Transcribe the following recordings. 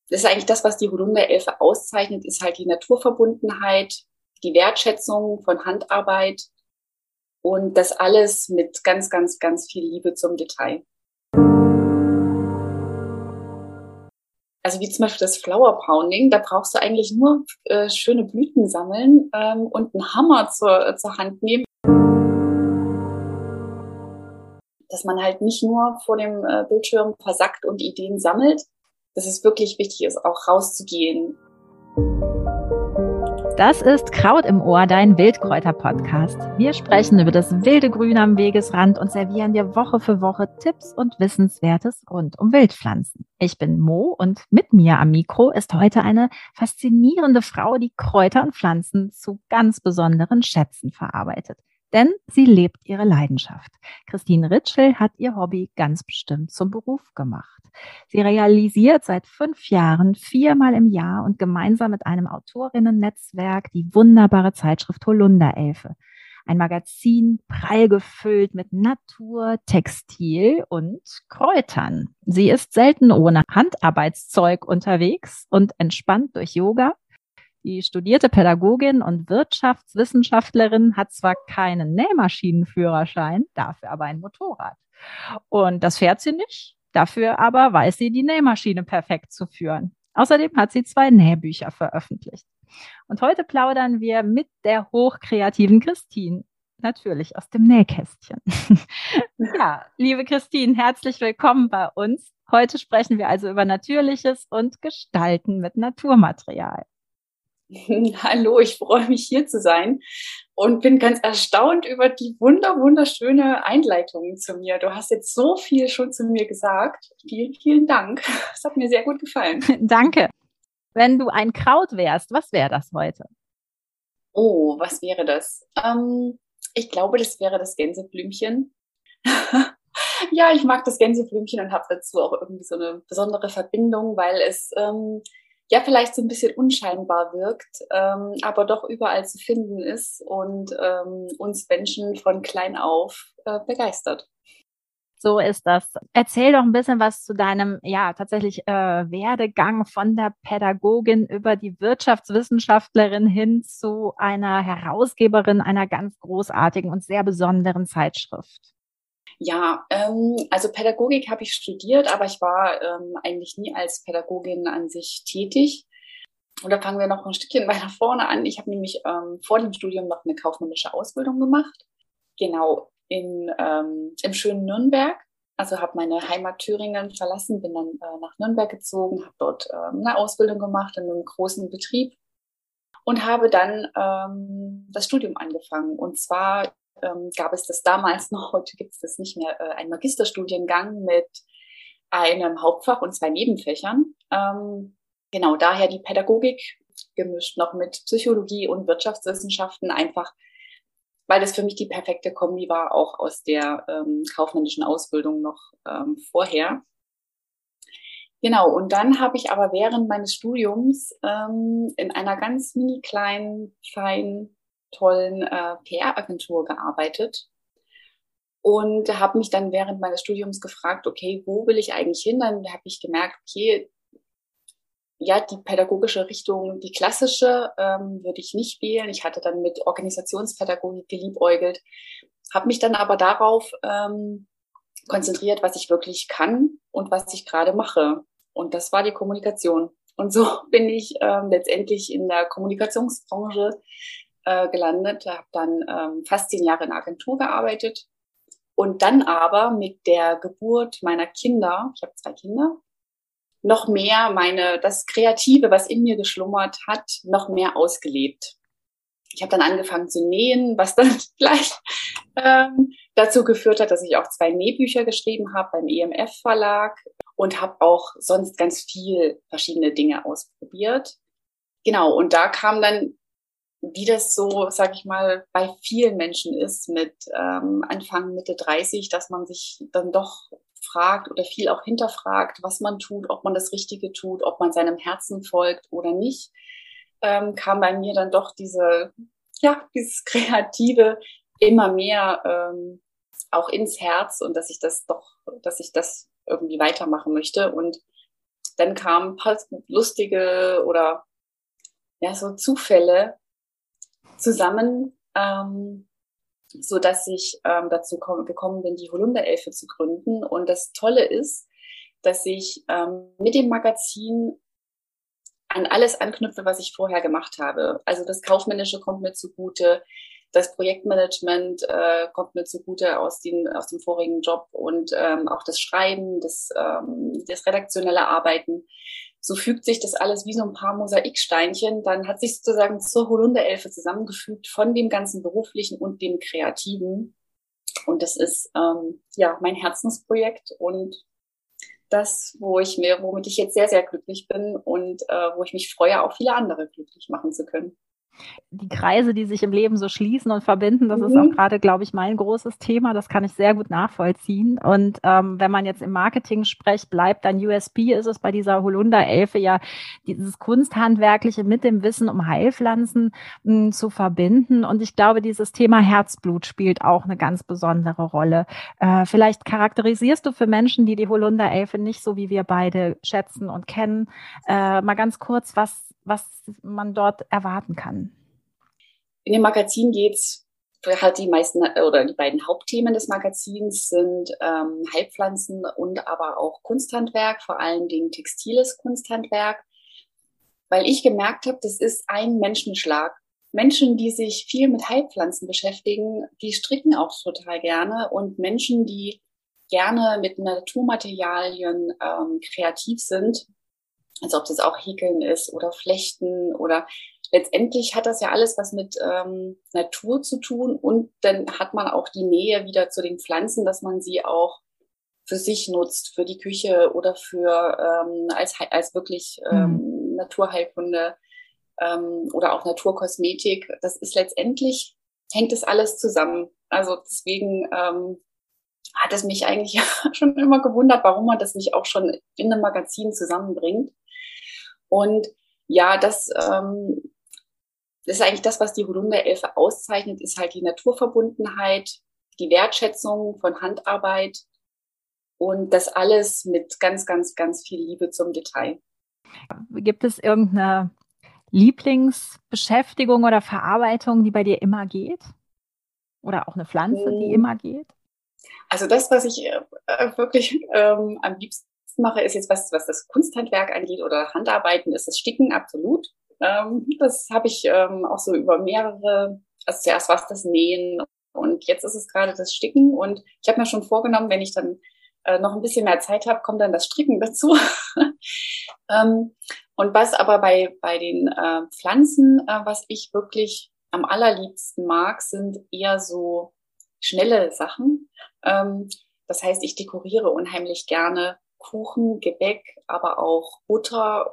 Das ist eigentlich das, was die Holunderelfe auszeichnet, ist halt die Naturverbundenheit, die Wertschätzung von Handarbeit und das alles mit ganz, ganz, ganz viel Liebe zum Detail. Also wie zum Beispiel das Flower Pounding, da brauchst du eigentlich nur schöne Blüten sammeln und einen Hammer zur Hand nehmen. Dass man halt nicht nur vor dem Bildschirm versackt und Ideen sammelt, dass es wirklich wichtig ist, auch rauszugehen. Das ist Kraut im Ohr, dein Wildkräuter-Podcast. Wir sprechen über das wilde Grün am Wegesrand und servieren dir Woche für Woche Tipps und Wissenswertes rund um Wildpflanzen. Ich bin Mo und mit mir am Mikro ist heute eine faszinierende Frau, die Kräuter und Pflanzen zu ganz besonderen Schätzen verarbeitet. Denn sie lebt ihre Leidenschaft. Christine Ritschl hat ihr Hobby ganz bestimmt zum Beruf gemacht. Sie realisiert seit 5 Jahren 4-mal im Jahr und gemeinsam mit einem Autorinnen-Netzwerk die wunderbare Zeitschrift Holunderelfe. Ein Magazin prall gefüllt mit Natur, Textil und Kräutern. Sie ist selten ohne Handarbeitszeug unterwegs und entspannt durch Yoga. Die studierte Pädagogin und Wirtschaftswissenschaftlerin hat zwar keinen Nähmaschinenführerschein, dafür aber ein Motorrad. Und das fährt sie nicht, dafür aber weiß sie, die Nähmaschine perfekt zu führen. Außerdem hat sie 2 Nähbücher veröffentlicht. Und heute plaudern wir mit der hochkreativen Christine, natürlich aus dem Nähkästchen. Ja, liebe Christine, herzlich willkommen bei uns. Heute sprechen wir also über Natürliches und Gestalten mit Naturmaterial. Hallo, ich freue mich hier zu sein und bin ganz erstaunt über die wunderschöne Einleitung zu mir. Du hast jetzt so viel schon zu mir gesagt. Vielen, vielen Dank. Das hat mir sehr gut gefallen. Danke. Wenn du ein Kraut wärst, was wäre das heute? Oh, was wäre das? Ich glaube, das wäre das Gänseblümchen. Ja, ich mag das Gänseblümchen und habe dazu auch irgendwie so eine besondere Verbindung, weil es ja vielleicht so ein bisschen unscheinbar wirkt, aber doch überall zu finden ist und uns Menschen von klein auf begeistert. So ist das. Erzähl doch ein bisschen was zu deinem, ja, tatsächlich Werdegang von der Pädagogin über die Wirtschaftswissenschaftlerin hin zu einer Herausgeberin einer ganz großartigen und sehr besonderen Zeitschrift. Ja, also Pädagogik habe ich studiert, aber ich war eigentlich nie als Pädagogin an sich tätig. Und da fangen wir noch ein Stückchen weiter vorne an. Ich habe nämlich vor dem Studium noch eine kaufmännische Ausbildung gemacht. Genau, im schönen Nürnberg. Also habe meine Heimat Thüringen verlassen, bin dann nach Nürnberg gezogen, habe dort eine Ausbildung gemacht in einem großen Betrieb und habe dann das Studium angefangen. Und zwar gab es das damals noch, heute gibt es das nicht mehr, einen Magisterstudiengang mit einem Hauptfach und 2 Nebenfächern. Genau, daher die Pädagogik gemischt noch mit Psychologie und Wirtschaftswissenschaften, einfach weil das für mich die perfekte Kombi war, auch aus der kaufmännischen Ausbildung noch vorher. Genau, und dann habe ich aber während meines Studiums in einer ganz mini kleinen, feinen, tollen PR-Agentur gearbeitet und habe mich dann während meines Studiums gefragt, okay, wo will ich eigentlich hin? Dann habe ich gemerkt, okay, ja, die pädagogische Richtung, die klassische, würde ich nicht wählen. Ich hatte dann mit Organisationspädagogik geliebäugelt, habe mich dann aber darauf konzentriert, was ich wirklich kann und was ich gerade mache. Und das war die Kommunikation. Und so bin ich letztendlich in der Kommunikationsbranche gelandet, habe dann fast 10 Jahre in der Agentur gearbeitet und dann aber mit der Geburt meiner Kinder, ich habe 2 Kinder, noch mehr das Kreative, was in mir geschlummert hat, noch mehr ausgelebt. Ich habe dann angefangen zu nähen, was dann gleich dazu geführt hat, dass ich auch 2 Nähbücher geschrieben habe beim EMF-Verlag und habe auch sonst ganz viel verschiedene Dinge ausprobiert. Genau, und da kam dann, wie das so, sag ich mal, bei vielen Menschen ist, mit Anfang, Mitte 30, dass man sich dann doch fragt oder viel auch hinterfragt, was man tut, ob man das Richtige tut, ob man seinem Herzen folgt oder nicht, kam bei mir dann doch dieses Kreative immer mehr auch ins Herz und dass ich das irgendwie weitermachen möchte. Und dann kamen ein paar lustige oder ja, so Zufälle zusammen, so dass ich dazu gekommen bin, die Holunderelfe zu gründen. Und das Tolle ist, dass ich mit dem Magazin an alles anknüpfe, was ich vorher gemacht habe. Also das Kaufmännische kommt mir zugute, das Projektmanagement kommt mir zugute aus dem vorigen Job und auch das Schreiben, das redaktionelle Arbeiten. So fügt sich das alles wie so ein paar Mosaiksteinchen. Dann hat sich sozusagen zur Holunderelfe zusammengefügt von dem ganzen Beruflichen und dem Kreativen. Und das ist ja mein Herzensprojekt und das, womit ich jetzt sehr, sehr glücklich bin und wo ich mich freue, auch viele andere glücklich machen zu können. Die Kreise, die sich im Leben so schließen und verbinden, das ist auch gerade, glaube ich, mein großes Thema. Das kann ich sehr gut nachvollziehen. Und wenn man jetzt im Marketing spricht, bleibt dann USP, ist es bei dieser Holunderelfe ja dieses Kunsthandwerkliche mit dem Wissen um Heilpflanzen zu verbinden. Und ich glaube, dieses Thema Herzblut spielt auch eine ganz besondere Rolle. Vielleicht charakterisierst du für Menschen, die die Holunderelfe nicht so wie wir beide schätzen und kennen, mal ganz kurz, was man dort erwarten kann. In dem Magazin geht's halt die meisten oder die beiden Hauptthemen des Magazins sind Heilpflanzen und aber auch Kunsthandwerk, vor allen Dingen textiles Kunsthandwerk, weil ich gemerkt habe, das ist ein Menschenschlag. Menschen, die sich viel mit Heilpflanzen beschäftigen, die stricken auch total gerne und Menschen, die gerne mit Naturmaterialien kreativ sind, also ob das auch Häkeln ist oder Flechten oder letztendlich hat das ja alles was mit Natur zu tun und dann hat man auch die Nähe wieder zu den Pflanzen, dass man sie auch für sich nutzt, für die Küche oder für als wirklich Naturheilkunde oder auch Naturkosmetik. Das ist letztendlich, hängt das alles zusammen. Also deswegen hat es mich eigentlich schon immer gewundert, warum man das nicht auch schon in einem Magazin zusammenbringt. Und ja, das ist eigentlich das, was die Holunderelfe auszeichnet, ist halt die Naturverbundenheit, die Wertschätzung von Handarbeit und das alles mit ganz, ganz, ganz viel Liebe zum Detail. Gibt es irgendeine Lieblingsbeschäftigung oder Verarbeitung, die bei dir immer geht? Oder auch eine Pflanze, die immer geht? Also das, was ich wirklich am liebsten mache, ist jetzt, was das Kunsthandwerk angeht oder Handarbeiten, ist das Sticken, absolut. Das habe ich auch so über mehrere, also zuerst war es das Nähen und jetzt ist es gerade das Sticken und ich habe mir schon vorgenommen, wenn ich dann noch ein bisschen mehr Zeit habe, kommt dann das Stricken dazu. Und was aber bei den Pflanzen, was ich wirklich am allerliebsten mag, sind eher so schnelle Sachen. Das heißt, ich dekoriere unheimlich gerne Kuchen, Gebäck, aber auch Butter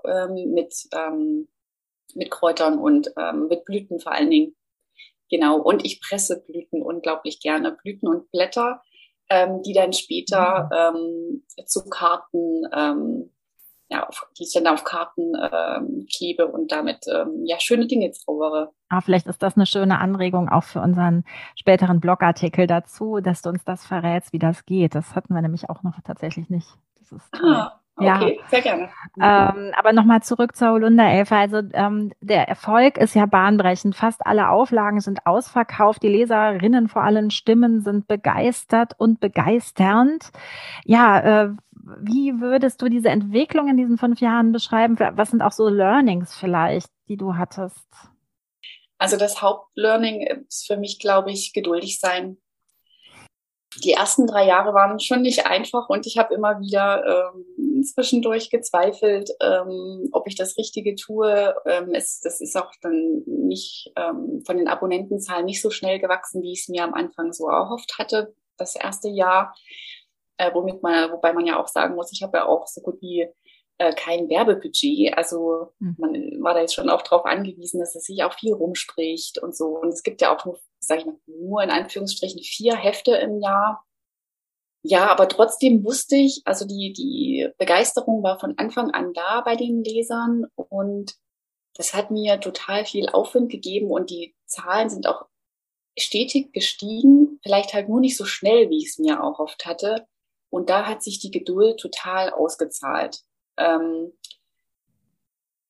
mit Kräutern und mit Blüten vor allen Dingen. Genau. Und ich presse Blüten unglaublich gerne. Blüten und Blätter, die dann später zu Karten, die ich dann auf Karten klebe und damit schöne Dinge zaubere. Vielleicht ist das eine schöne Anregung auch für unseren späteren Blogartikel dazu, dass du uns das verrätst, wie das geht. Das hatten wir nämlich auch noch tatsächlich nicht. Das ist toll. Okay, sehr gerne. Aber nochmal zurück zur Holunderelfe. Also der Erfolg ist ja bahnbrechend. Fast alle Auflagen sind ausverkauft. Die Leserinnen vor allen Stimmen sind begeistert und begeisternd. Ja, wie würdest du diese Entwicklung in diesen 5 Jahren beschreiben? Was sind auch so Learnings vielleicht, die du hattest? Also das Hauptlearning ist für mich, glaube ich, geduldig sein. Die ersten 3 Jahre waren schon nicht einfach und ich habe immer wieder zwischendurch gezweifelt, ob ich das Richtige tue. Das ist auch dann nicht von den Abonnentenzahlen nicht so schnell gewachsen, wie ich es mir am Anfang so erhofft hatte, das erste Jahr. Wobei man ja auch sagen muss, ich habe ja auch so gut wie kein Werbebudget. Also man war da jetzt schon auch darauf angewiesen, dass es sich auch viel rumspricht und so. Und es gibt ja auch nur, sage ich mal, nur in Anführungsstrichen 4 Hefte im Jahr. Ja, aber trotzdem wusste ich, also die Begeisterung war von Anfang an da bei den Lesern und das hat mir total viel Aufwind gegeben und die Zahlen sind auch stetig gestiegen, vielleicht halt nur nicht so schnell, wie ich es mir auch oft hatte. Und da hat sich die Geduld total ausgezahlt.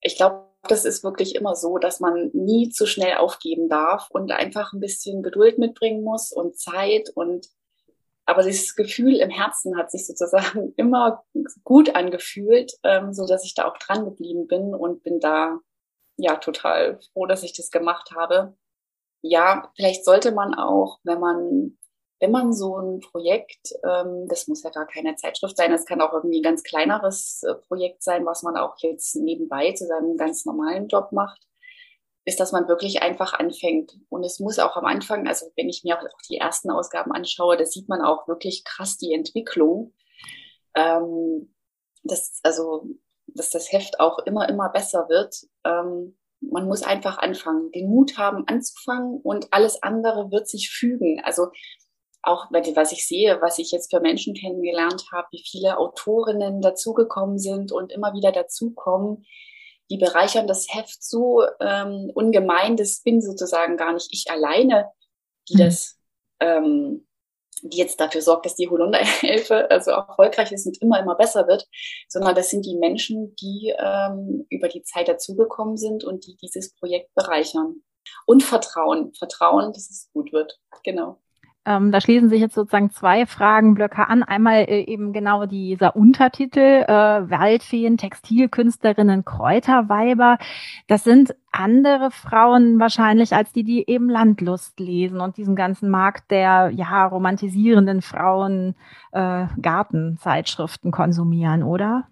ich glaube, das ist wirklich immer so, dass man nie zu schnell aufgeben darf und einfach ein bisschen Geduld mitbringen muss und Zeit aber dieses Gefühl im Herzen hat sich sozusagen immer gut angefühlt, so dass ich da auch dran geblieben bin und bin da ja total froh, dass ich das gemacht habe. Ja, vielleicht sollte man auch, wenn man so ein Projekt, das muss ja gar keine Zeitschrift sein, das kann auch irgendwie ein ganz kleineres Projekt sein, was man auch jetzt nebenbei zu seinem ganz normalen Job macht, ist, dass man wirklich einfach anfängt. Und es muss auch am Anfang, also wenn ich mir auch die ersten Ausgaben anschaue, da sieht man auch wirklich krass die Entwicklung. Ähm, also, dass das Heft auch immer besser wird. Man muss einfach anfangen, den Mut haben, anzufangen und alles andere wird sich fügen. Also auch was ich sehe, was ich jetzt für Menschen kennengelernt habe, wie viele Autorinnen dazugekommen sind und immer wieder dazukommen, die bereichern das Heft so ungemein. Das bin sozusagen gar nicht ich alleine, die das, die jetzt dafür sorgt, dass die Holunderhilfe also erfolgreich ist und immer besser wird, sondern das sind die Menschen, die über die Zeit dazugekommen sind und die dieses Projekt bereichern. Und Vertrauen, dass es gut wird. Genau. Da schließen sich jetzt sozusagen zwei Fragenblöcke an. Einmal eben genau dieser Untertitel, Waldfeen, Textilkünstlerinnen, Kräuterweiber. Das sind andere Frauen wahrscheinlich als die eben Landlust lesen und diesen ganzen Markt der ja romantisierenden Frauen Gartenzeitschriften konsumieren, oder?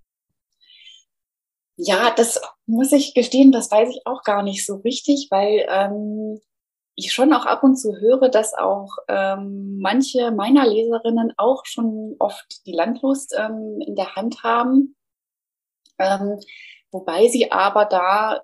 Ja, das muss ich gestehen, das weiß ich auch gar nicht so richtig, weil ich schon auch ab und zu höre, dass auch manche meiner Leserinnen auch schon oft die Landlust in der Hand haben, wobei sie aber da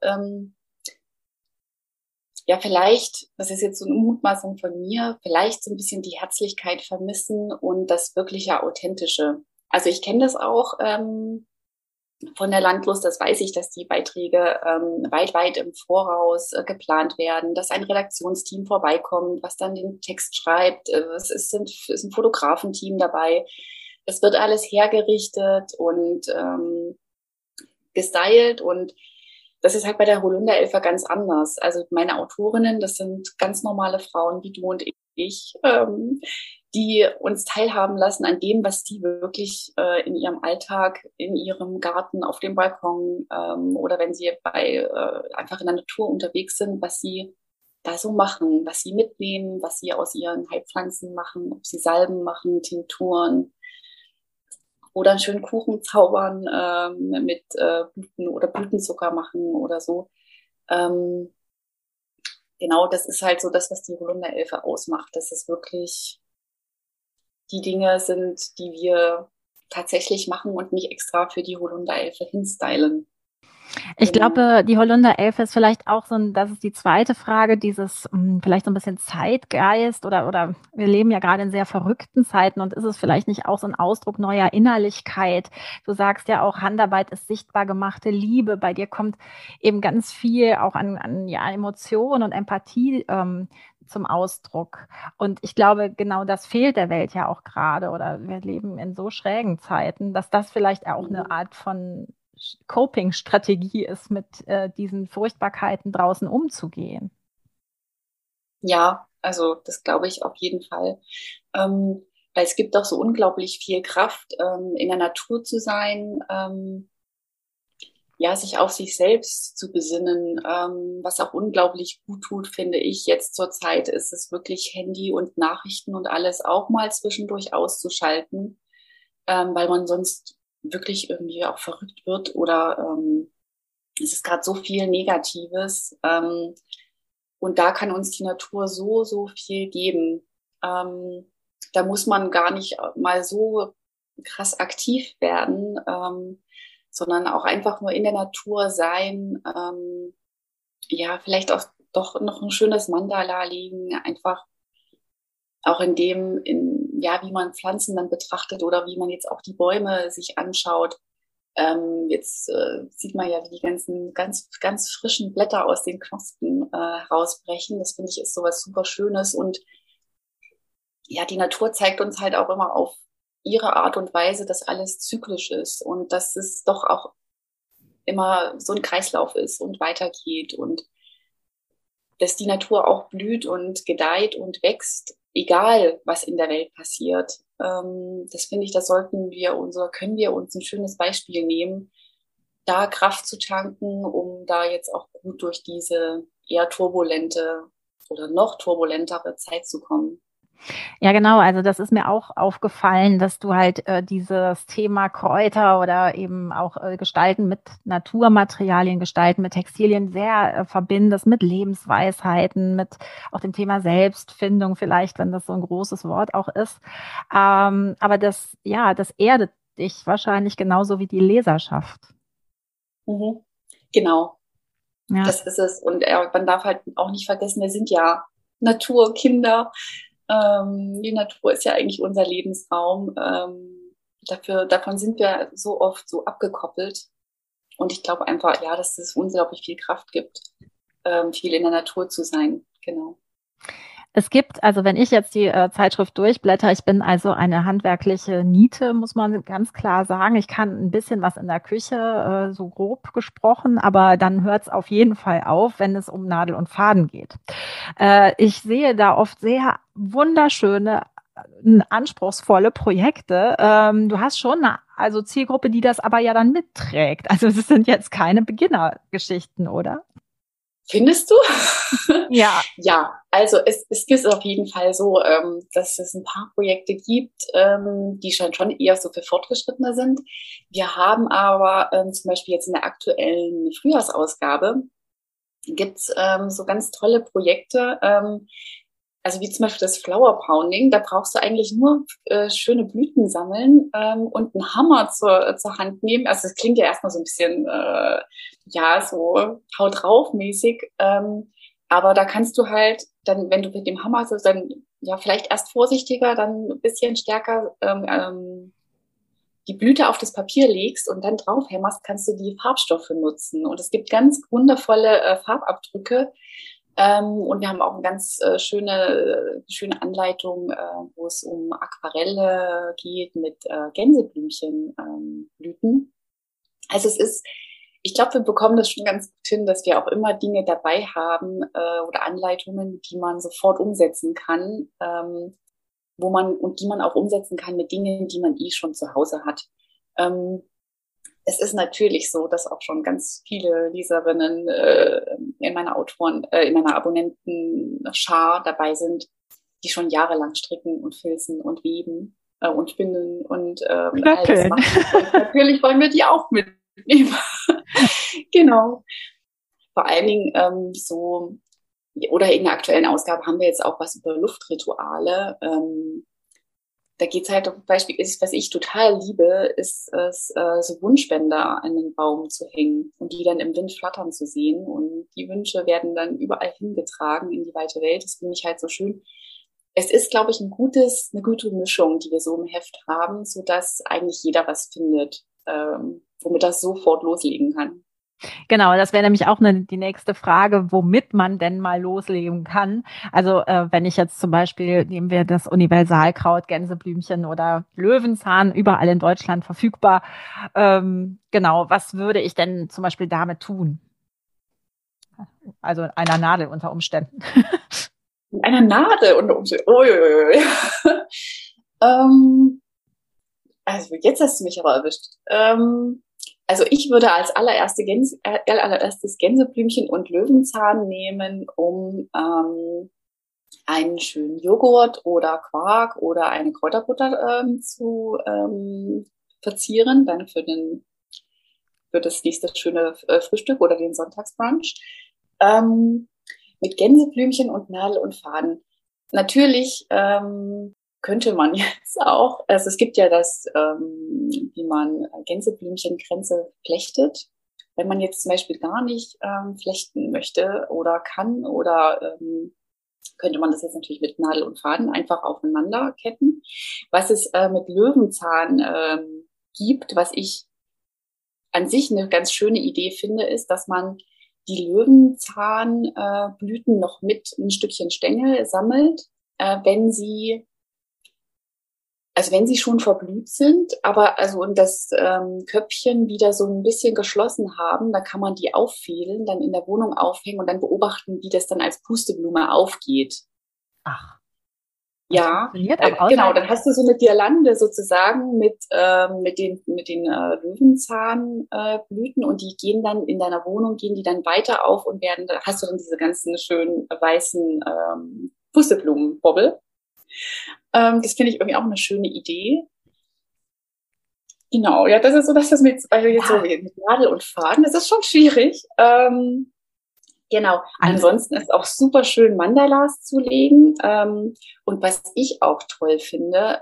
ja vielleicht, das ist jetzt so eine Mutmaßung von mir, vielleicht so ein bisschen die Herzlichkeit vermissen und das wirkliche Authentische. Also ich kenne das auch von der Landlust, das weiß ich, dass die Beiträge weit im Voraus geplant werden, dass ein Redaktionsteam vorbeikommt, was dann den Text schreibt. Ist ein Fotografenteam dabei. Es wird alles hergerichtet und gestylt und das ist halt bei der Holunderelfer ganz anders. Also meine Autorinnen, das sind ganz normale Frauen wie du und ich, die uns teilhaben lassen an dem, was die wirklich in ihrem Alltag, in ihrem Garten, auf dem Balkon oder wenn sie einfach in der Natur unterwegs sind, was sie da so machen, was sie mitnehmen, was sie aus ihren Heilpflanzen machen, ob sie Salben machen, Tinkturen oder einen schönen Kuchen zaubern mit Blüten oder Blütenzucker machen oder so. Ähm, genau, das ist halt so das, was die Holunderelfe ausmacht. Dass es wirklich die Dinge sind, die wir tatsächlich machen und nicht extra für die Holunderelfe hinstylen. Ich Genau. glaube, die Holunderelfe ist vielleicht auch das ist die zweite Frage, dieses vielleicht so ein bisschen Zeitgeist oder wir leben ja gerade in sehr verrückten Zeiten und ist es vielleicht nicht auch so ein Ausdruck neuer Innerlichkeit? Du sagst ja auch, Handarbeit ist sichtbar gemachte Liebe. Bei dir kommt eben ganz viel auch an ja, Emotion und Empathie zum Ausdruck. Und ich glaube, genau das fehlt der Welt ja auch gerade oder wir leben in so schrägen Zeiten, dass das vielleicht auch eine Art von Coping-Strategie ist, mit diesen Furchtbarkeiten draußen umzugehen. Ja, also das glaube ich auf jeden Fall. Weil es gibt doch so unglaublich viel Kraft, in der Natur zu sein, ja, sich auf sich selbst zu besinnen, was auch unglaublich gut tut, finde ich. Jetzt zur Zeit ist es wirklich Handy und Nachrichten und alles auch mal zwischendurch auszuschalten, weil man sonst wirklich irgendwie auch verrückt wird oder es ist gerade so viel Negatives. Und da kann uns die Natur so viel geben. Da muss man gar nicht mal so krass aktiv werden, sondern auch einfach nur in der Natur sein. Ja, vielleicht auch doch noch ein schönes Mandala legen, einfach auch ja, wie man Pflanzen dann betrachtet oder wie man jetzt auch die Bäume sich anschaut. Jetzt sieht man ja, wie die ganzen ganz frischen Blätter aus den Knospen herausbrechen. Das finde ich ist sowas super Schönes. Und ja, die Natur zeigt uns halt auch immer auf ihre Art und Weise, dass alles zyklisch ist und dass es doch auch immer so ein Kreislauf ist und weitergeht und dass die Natur auch blüht und gedeiht und wächst, egal was in der Welt passiert. Das finde ich, können wir uns ein schönes Beispiel nehmen, da Kraft zu tanken, um da jetzt auch gut durch diese eher turbulente oder noch turbulentere Zeit zu kommen. Ja, genau. Also das ist mir auch aufgefallen, dass du halt dieses Thema Kräuter oder eben auch Gestalten mit Naturmaterialien, Gestalten mit Textilien sehr verbindest mit Lebensweisheiten, mit auch dem Thema Selbstfindung vielleicht, wenn das so ein großes Wort auch ist. Aber das, ja, das erdet dich wahrscheinlich genauso wie die Leserschaft. Mhm. Genau, Ja. das ist es. Und man darf halt auch nicht vergessen, wir sind ja Naturkinder. Die Natur ist ja eigentlich unser Lebensraum. Davon sind wir so oft so abgekoppelt. Und ich glaube einfach, ja, dass es unglaublich viel Kraft gibt, viel in der Natur zu sein. Genau. Es gibt, also wenn ich jetzt die Zeitschrift durchblätter, ich bin also eine handwerkliche Niete, muss man ganz klar sagen. Ich kann ein bisschen was in der Küche, so grob gesprochen, aber dann hört es auf jeden Fall auf, wenn es um Nadel und Faden geht. Ich sehe da oft sehr wunderschöne, anspruchsvolle Projekte. Du hast schon eine also Zielgruppe, die das aber ja dann mitträgt. Also es sind jetzt keine Beginnergeschichten, oder? Findest du? Ja. Ja, also es ist auf jeden Fall so, dass es ein paar Projekte gibt, die schon eher so für Fortgeschrittene sind. Wir haben aber zum Beispiel jetzt in der aktuellen Frühjahrsausgabe gibt's so ganz tolle Projekte, also wie zum Beispiel das Flower Pounding. Da brauchst du eigentlich nur schöne Blüten sammeln und einen Hammer zur Hand nehmen. Also das klingt ja erstmal so ein bisschen, ja, so haut drauf mäßig. Aber da kannst du halt dann, wenn du mit dem Hammer so dann, ja, vielleicht erst vorsichtiger, dann ein bisschen stärker die Blüte auf das Papier legst und dann drauf hämmerst, kannst du die Farbstoffe nutzen. Und es gibt ganz wundervolle Farbabdrücke. Und wir haben auch eine ganz schöne Anleitung, wo es um Aquarelle geht mit Gänseblümchenblüten. Also ich glaube, wir bekommen das schon ganz gut hin, dass wir auch immer Dinge dabei haben oder Anleitungen, die man sofort umsetzen kann, die man auch umsetzen kann mit Dingen, die man eh schon zu Hause hat. Ähm, Es ist natürlich so, dass auch schon ganz viele Leserinnen in meiner Abonnenten-Schar dabei sind, die schon jahrelang stricken und filzen und weben und spinnen und all das Knöckeln. machen. Und natürlich wollen wir die auch mitnehmen. Genau. Vor allen Dingen oder in der aktuellen Ausgabe haben wir jetzt auch was über Luftrituale. Da geht's halt zum Beispiel, was ich total liebe, ist es, so Wunschbänder an den Baum zu hängen und die dann im Wind flattern zu sehen. Und die Wünsche werden dann überall hingetragen in die weite Welt. Das finde ich halt so schön. Es ist, glaube ich, eine gute Mischung, die wir so im Heft haben, sodass eigentlich jeder was findet, womit er sofort loslegen kann. Genau, das wäre nämlich auch die nächste Frage, womit man denn mal loslegen kann. Also wenn ich jetzt zum Beispiel, nehmen wir das Universalkraut, Gänseblümchen oder Löwenzahn, überall in Deutschland verfügbar. Genau, was würde ich denn zum Beispiel damit tun? Also einer Nadel unter Umständen. Mit einer Nadel und uiuiui. ähm, also jetzt hast du mich aber erwischt. Also ich würde als allererstes Gänseblümchen und Löwenzahn nehmen, um einen schönen Joghurt oder Quark oder eine Kräuterbutter zu verzieren, dann für das nächste schöne Frühstück oder den Sonntagsbrunch. Ähm, mit Gänseblümchen und Nadel und Faden. Natürlich könnte man jetzt auch, also es gibt ja wie man Gänseblümchenkränze flechtet. Wenn man jetzt zum Beispiel gar nicht flechten möchte oder kann oder könnte man das jetzt natürlich mit Nadel und Faden einfach aufeinander ketten. Was es mit Löwenzahn gibt, was ich an sich eine ganz schöne Idee finde, ist, dass man die Löwenzahnblüten noch mit ein Stückchen Stängel sammelt, wenn sie Also wenn sie schon verblüht sind, aber also und das Köpfchen wieder so ein bisschen geschlossen haben, dann kann man die auffädeln, dann in der Wohnung aufhängen und dann beobachten, wie das dann als Pusteblume aufgeht. Ach, das Ja, funktioniert auch genau, außerhalb. dann hast du so eine Girlande sozusagen mit den Löwenzahnblüten Blüten und die gehen dann in deiner Wohnung, gehen die dann weiter auf und werden, da hast du dann diese ganzen schönen weißen Pusteblumenbobbel. Das finde ich irgendwie auch eine schöne Idee. Genau, ja, das ist so, dass das also jetzt so Ja, mit Nadel und Faden, das ist schon schwierig. Genau. also, Ansonsten ist auch super schön, Mandalas zu legen. Und was ich auch toll finde,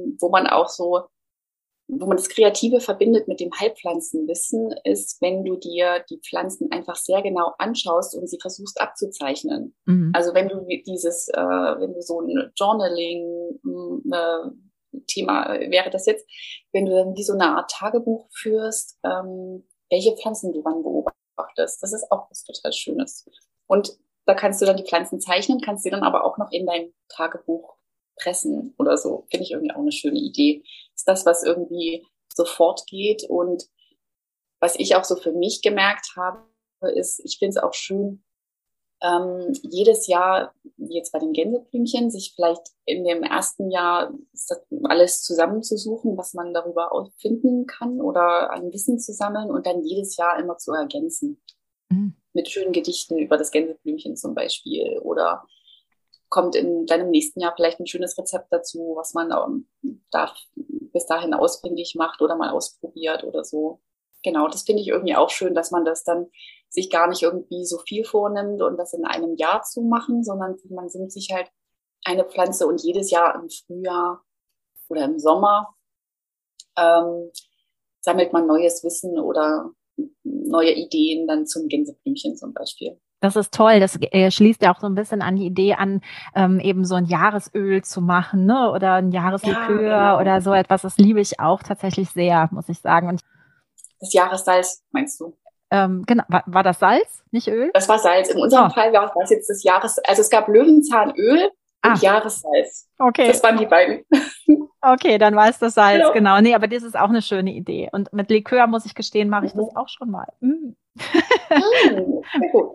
wo man das Kreative verbindet mit dem Heilpflanzenwissen, ist, wenn du dir die Pflanzen einfach sehr genau anschaust und sie versuchst abzuzeichnen. mhm. Also wenn du wenn du so ein Journaling, Thema wäre das jetzt, wenn du dann wie so eine Art Tagebuch führst, welche Pflanzen du wann beobachtest. Das ist auch was total Schönes. Und da kannst du dann die Pflanzen zeichnen, kannst sie dann aber auch noch in dein Tagebuch pressen oder so. Finde ich irgendwie auch eine schöne Idee. Ist das, was irgendwie sofort geht. Und was ich auch so für mich gemerkt habe, ist, ich finde es auch schön, jedes Jahr, wie jetzt bei den Gänseblümchen, sich vielleicht in dem ersten Jahr alles zusammenzusuchen, was man darüber finden kann oder an Wissen zu sammeln und dann jedes Jahr immer zu ergänzen. Mhm. Mit schönen Gedichten über das Gänseblümchen zum Beispiel. Oder kommt in deinem nächsten Jahr vielleicht ein schönes Rezept dazu, was man da bis dahin ausfindig macht oder mal ausprobiert oder so. Genau, das finde ich irgendwie auch schön, dass man das dann sich gar nicht irgendwie so viel vornimmt und das in einem Jahr zu machen, sondern man nimmt sich halt eine Pflanze und jedes Jahr im Frühjahr oder im Sommer ähm, sammelt man neues Wissen oder neue Ideen dann zum Gänseblümchen zum Beispiel. Das ist toll. Das schließt ja auch so ein bisschen an die Idee an, eben so ein Jahresöl zu machen, ne? Oder ein Ja, Jahreslikör genau. oder so etwas. Das liebe ich auch tatsächlich sehr, muss ich sagen. Und Das Jahressalz, meinst du? genau, war das Salz, nicht Öl? Das war Salz. In Oh, unserem Fall war es jetzt das also es gab Löwenzahnöl und ah, Jahressalz. okay. Das waren die beiden. Okay, dann war es das Salz, Genau. genau. Nee, aber das ist auch eine schöne Idee. Und mit Likör, muss ich gestehen, mache ich das Mhm. auch schon mal. Mm. Sehr gut.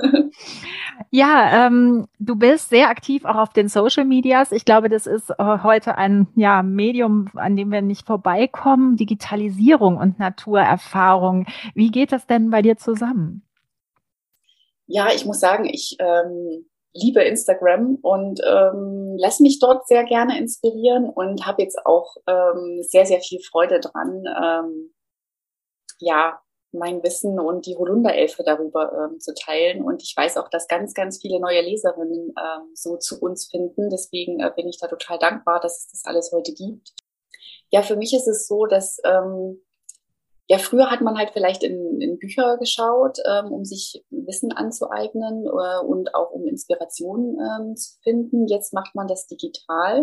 Ja, du bist sehr aktiv auch auf den Social Medias. Ich glaube, das ist heute ein Medium, an dem wir nicht vorbeikommen. Digitalisierung und Naturerfahrung. Wie geht das denn bei dir zusammen? Ja, ich muss sagen, ich liebe Instagram und lasse mich dort sehr gerne inspirieren und habe jetzt auch sehr, sehr viel Freude dran, ja, mein Wissen und die Holunderelfe darüber zu teilen. Und ich weiß auch, dass ganz, ganz viele neue Leserinnen so zu uns finden. Deswegen bin ich da total dankbar, dass es das alles heute gibt. Ja, für mich ist es so, dass ja, früher hat man halt vielleicht in Bücher geschaut, um sich Wissen anzueignen und auch um Inspiration zu finden. Jetzt macht man das digital.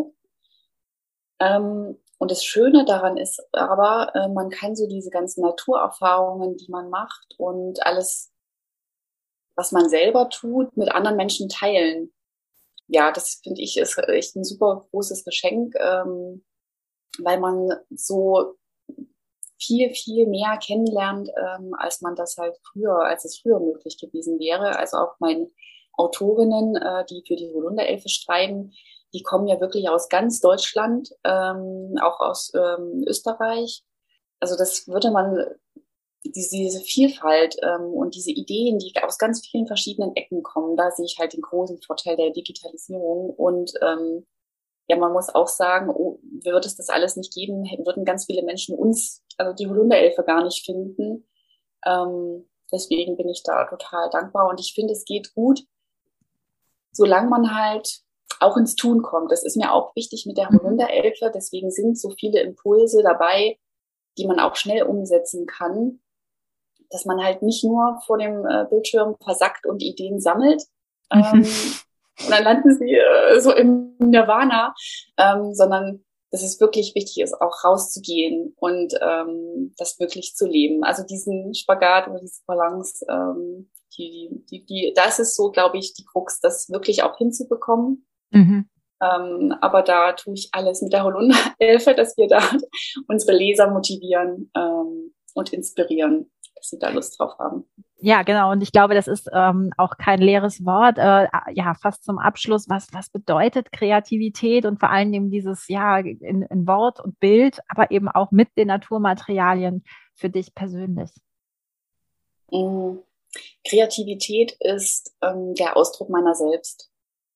Und das Schöne daran ist aber, man kann so diese ganzen Naturerfahrungen, die man macht und alles, was man selber tut, mit anderen Menschen teilen. Ja, das finde ich ist echt ein super großes Geschenk, weil man so viel, viel mehr kennenlernt, als man das halt als es früher möglich gewesen wäre. Also auch meine Autorinnen, die für die Holunderelfe schreiben, die kommen ja wirklich aus ganz Deutschland, auch aus Österreich. Also das würde man, diese Vielfalt und diese Ideen, die aus ganz vielen verschiedenen Ecken kommen, da sehe ich halt den großen Vorteil der Digitalisierung. Und ja, man muss auch sagen, oh, würde es das alles nicht geben, würden ganz viele Menschen also die Holunderelfe gar nicht finden. Deswegen bin ich da total dankbar und ich finde, es geht gut, solange man halt auch ins Tun kommt. Das ist mir auch wichtig mit der Mhm. Holunderelfe. Deswegen sind so viele Impulse dabei, die man auch schnell umsetzen kann, dass man halt nicht nur vor dem Bildschirm versackt und Ideen sammelt. Und dann landen sie so im Nirvana, sondern dass es wirklich wichtig ist, auch rauszugehen und das wirklich zu leben. Also diesen Spagat oder diese Balance, das ist so, glaube ich, die Krux, das wirklich auch hinzubekommen. Mhm. Aber da tue ich alles mit der Holunder-Elfe, dass wir da unsere Leser motivieren und inspirieren, dass sie da Lust drauf haben. Ja, genau. Und ich glaube, das ist auch kein leeres Wort. Ja, fast zum Abschluss. Was bedeutet Kreativität und vor allen Dingen dieses, ja, in Wort und Bild, aber eben auch mit den Naturmaterialien für dich persönlich? Kreativität ist der Ausdruck meiner selbst.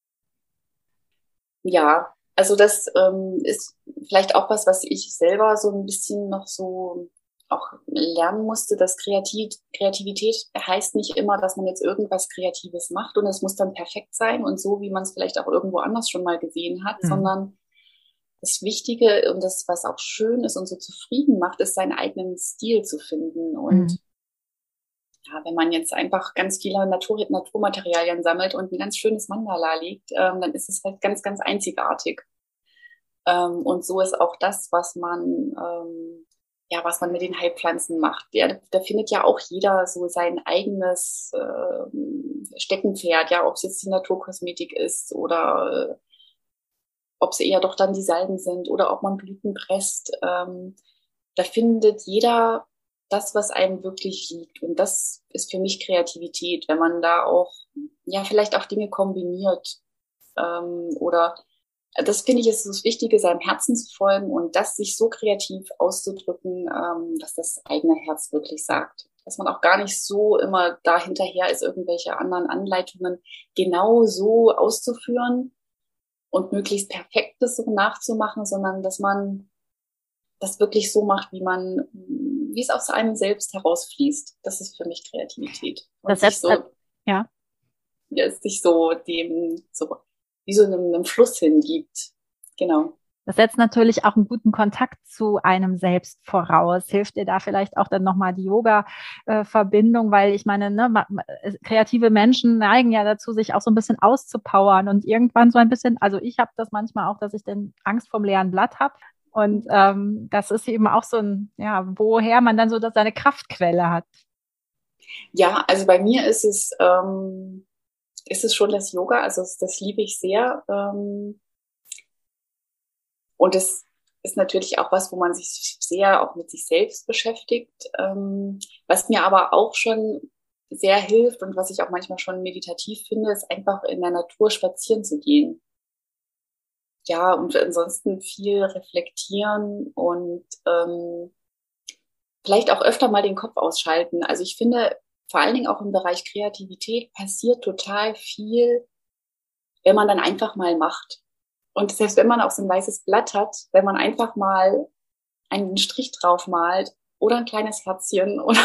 Ja, also das ist vielleicht auch was ich selber so ein bisschen noch so auch lernen musste, dass Kreativität heißt nicht immer, dass man jetzt irgendwas Kreatives macht und es muss dann perfekt sein und so, wie man es vielleicht auch irgendwo anders schon mal gesehen hat, sondern das Wichtige und das, was auch schön ist und so zufrieden macht, ist, seinen eigenen Stil zu finden. Und ja, wenn man jetzt einfach ganz viele Naturmaterialien sammelt und ein ganz schönes Mandala legt, dann ist es halt ganz, ganz einzigartig. Und so ist auch das, was man mit den Heilpflanzen macht. Ja, da findet ja auch jeder so sein eigenes Steckenpferd, ja, ob es jetzt die Naturkosmetik ist oder ob es eher doch dann die Salben sind oder ob man Blüten presst. Da findet jeder das, was einem wirklich liegt. Und das ist für mich Kreativität, wenn man da auch, ja, vielleicht auch Dinge kombiniert. Oder das finde ich ist das Wichtige, seinem Herzen zu folgen und das sich so kreativ auszudrücken, dass das eigene Herz wirklich sagt. Dass man auch gar nicht so immer da hinterher ist, irgendwelche anderen Anleitungen genau so auszuführen und möglichst perfektes so nachzumachen, sondern dass man das wirklich so macht, wie es aus einem selbst herausfließt. Das ist für mich Kreativität. Und Das setzt, sich so dem, so wie so einem Fluss hingibt. Genau. Das setzt natürlich auch einen guten Kontakt zu einem selbst voraus. Hilft dir da vielleicht auch dann nochmal die Yoga-Verbindung, weil ich meine, ne, kreative Menschen neigen ja dazu, sich auch so ein bisschen auszupowern und irgendwann so ein bisschen, also ich habe das manchmal auch, dass ich dann Angst vorm leeren Blatt habe. Und das ist eben auch so ein, ja, woher man dann so seine Kraftquelle hat. Ja, also bei mir ist es schon das Yoga, also das liebe ich sehr. Und es ist natürlich auch was, wo man sich sehr auch mit sich selbst beschäftigt. Was mir aber auch schon sehr hilft und was ich auch manchmal schon meditativ finde, ist einfach in der Natur spazieren zu gehen. Ja, und ansonsten viel reflektieren und vielleicht auch öfter mal den Kopf ausschalten. Also ich finde, vor allen Dingen auch im Bereich Kreativität passiert total viel, wenn man dann einfach mal macht. Und selbst wenn man auch so ein weißes Blatt hat, wenn man einfach mal einen Strich drauf malt oder ein kleines Herzchen oder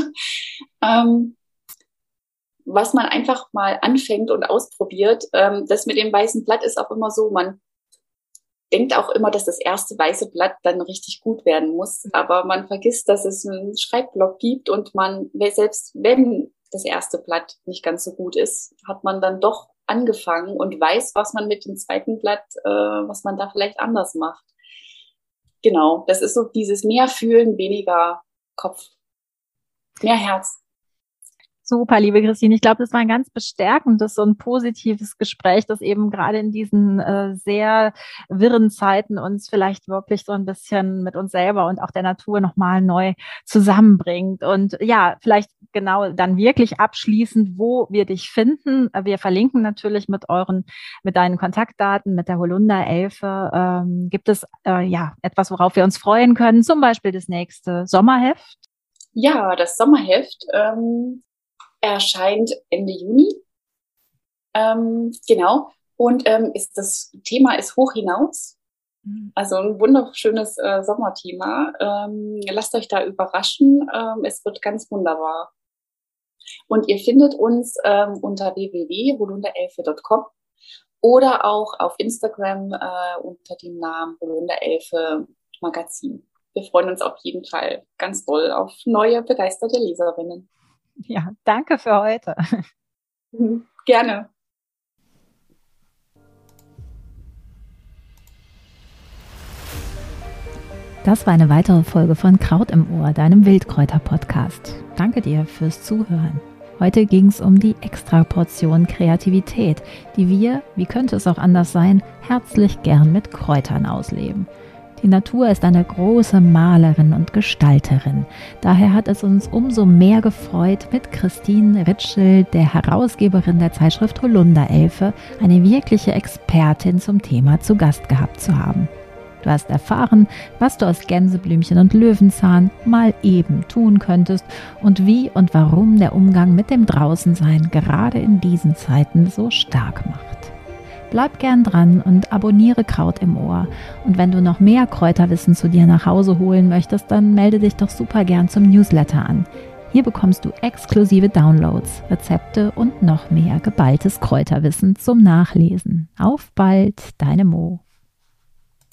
was man einfach mal anfängt und ausprobiert, das mit dem weißen Blatt ist auch immer so, man denkt auch immer, dass das erste weiße Blatt dann richtig gut werden muss, aber man vergisst, dass es einen Schreibblock gibt und selbst wenn das erste Blatt nicht ganz so gut ist, hat man dann doch angefangen und weiß, was man mit dem zweiten Blatt, was man da vielleicht anders macht. Genau, das ist so dieses mehr fühlen, weniger Kopf, mehr Herz. Super, liebe Christine. Ich glaube, das war ein ganz bestärkendes und positives Gespräch, das eben gerade in diesen sehr wirren Zeiten uns vielleicht wirklich so ein bisschen mit uns selber und auch der Natur nochmal neu zusammenbringt. Und ja, vielleicht genau dann wirklich abschließend, wo wir dich finden. Wir verlinken natürlich mit deinen Kontaktdaten, mit der Holunder-Elfe. Gibt es etwas, worauf wir uns freuen können? Zum Beispiel das nächste Sommerheft? Ja, das Sommerheft erscheint Ende Juni. Genau. Und das Thema ist Hoch hinaus. Also ein wunderschönes Sommerthema. Lasst euch da überraschen. Es wird ganz wunderbar. Und ihr findet uns unter www.holunderelfe.com oder auch auf Instagram unter dem Namen Holunderelfe Magazin. Wir freuen uns auf jeden Fall ganz doll auf neue, begeisterte Leserinnen. Ja, danke für heute. Gerne. Das war eine weitere Folge von Kraut im Ohr, deinem Wildkräuter-Podcast. Danke dir fürs Zuhören. Heute ging es um die Extraportion Kreativität, die wir, wie könnte es auch anders sein, herzlich gern mit Kräutern ausleben. Die Natur ist eine große Malerin und Gestalterin. Daher hat es uns umso mehr gefreut, mit Christine Ritschl, der Herausgeberin der Zeitschrift Holunderelfe, eine wirkliche Expertin zum Thema zu Gast gehabt zu haben. Du hast erfahren, was du aus Gänseblümchen und Löwenzahn mal eben tun könntest und wie und warum der Umgang mit dem Draußensein gerade in diesen Zeiten so stark macht. Bleib gern dran und abonniere Kraut im Ohr. Und wenn du noch mehr Kräuterwissen zu dir nach Hause holen möchtest, dann melde dich doch super gern zum Newsletter an. Hier bekommst du exklusive Downloads, Rezepte und noch mehr geballtes Kräuterwissen zum Nachlesen. Auf bald, deine Mo.